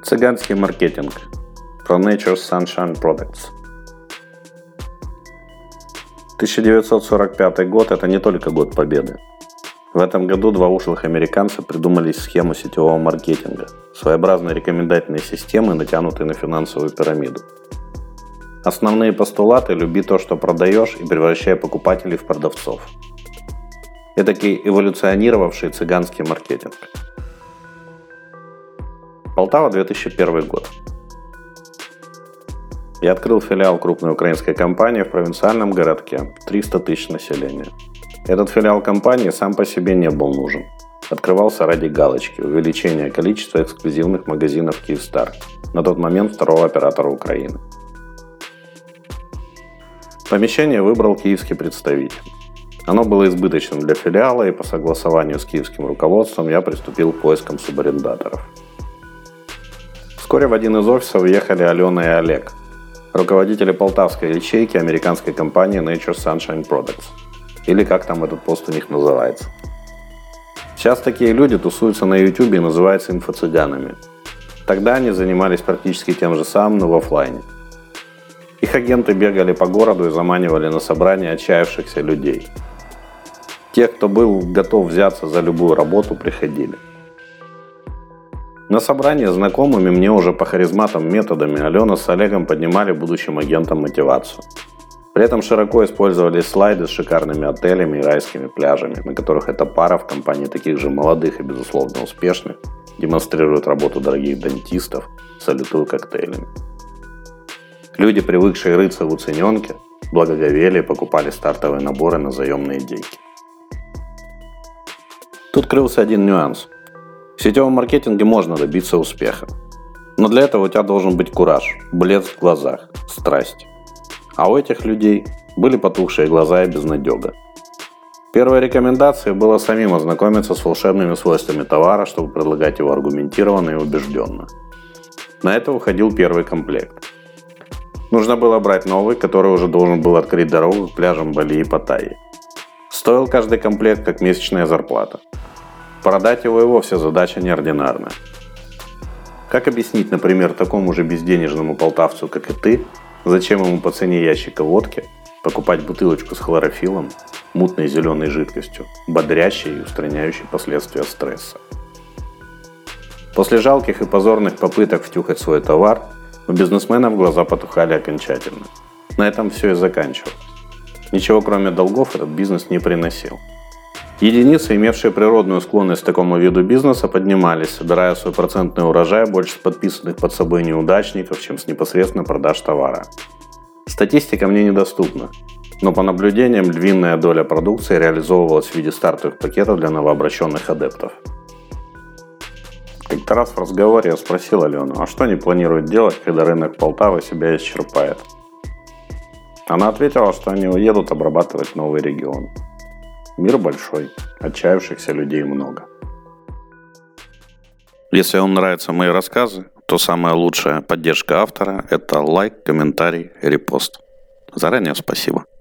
Цыганский маркетинг. Про Nature's Sunshine Products. 1945 год – это не только год победы. В этом году два ушлых американца придумали схему сетевого маркетинга, своеобразной рекомендательной системы, натянутой на финансовую пирамиду. Основные постулаты – люби то, что продаешь, и превращай покупателей в продавцов. Этакий эволюционировавший цыганский маркетинг. Полтава, 2001 год. Я открыл филиал крупной украинской компании в провинциальном городке, 300 тысяч населения. Этот филиал компании сам по себе не был нужен. Открывался ради галочки, увеличения количества эксклюзивных магазинов Kyivstar, на тот момент второго оператора Украины. Помещение выбрал киевский представитель. Оно было избыточным для филиала, и по согласованию с киевским руководством я приступил к поискам субарендаторов. Вскоре в один из офисов въехали Алена и Олег, руководители полтавской ячейки американской компании Nature's Sunshine Products, или как там этот пост у них называется. Сейчас такие люди тусуются на YouTube и называются инфо-цыганами. Тогда они занимались практически тем же самым, но в офлайне. Их агенты бегали по городу и заманивали на собрания отчаявшихся людей. Те, кто был готов взяться за любую работу, приходили. На собрании знакомыми мне уже по харизматам методами Алена с Олегом поднимали будущим агентам мотивацию. При этом широко использовались слайды с шикарными отелями и райскими пляжами, на которых эта пара в компании таких же молодых и безусловно успешных демонстрирует работу дорогих дантистов, салютуя коктейлями. Люди, привыкшие рыться в уцененке, благоговели и покупали стартовые наборы на заемные деньги. Тут крылся один нюанс. В сетевом маркетинге можно добиться успеха. Но для этого у тебя должен быть кураж, блеск в глазах, страсть. А у этих людей были потухшие глаза и безнадега. Первой рекомендацией было самим ознакомиться с волшебными свойствами товара, чтобы предлагать его аргументированно и убежденно. На это уходил первый комплект. Нужно было брать новый, который уже должен был открыть дорогу к пляжам Бали и Паттайи. Стоил каждый комплект как месячная зарплата. Продать его и вовсе задача неординарная. Как объяснить, например, такому же безденежному полтавцу, как и ты, зачем ему по цене ящика водки покупать бутылочку с хлорофиллом, мутной зеленой жидкостью, бодрящей и устраняющей последствия стресса? После жалких и позорных попыток втюхать свой товар, у бизнесменов глаза потухали окончательно. На этом все и заканчивалось. Ничего кроме долгов этот бизнес не приносил. Единицы, имевшие природную склонность к такому виду бизнеса, поднимались, собирая свой процентный урожай больше с подписанных под собой неудачников, чем с непосредственно продаж товара. Статистика мне недоступна, но по наблюдениям львиная доля продукции реализовывалась в виде стартовых пакетов для новообращенных адептов. Как-то раз в разговоре я спросил Алену, а что они планируют делать, когда рынок Полтавы себя исчерпает? Она ответила, что они уедут обрабатывать новый регион. Мир большой, отчаявшихся людей много. Если вам нравятся мои рассказы, то самая лучшая поддержка автора – это лайк, комментарий, репост. Заранее спасибо.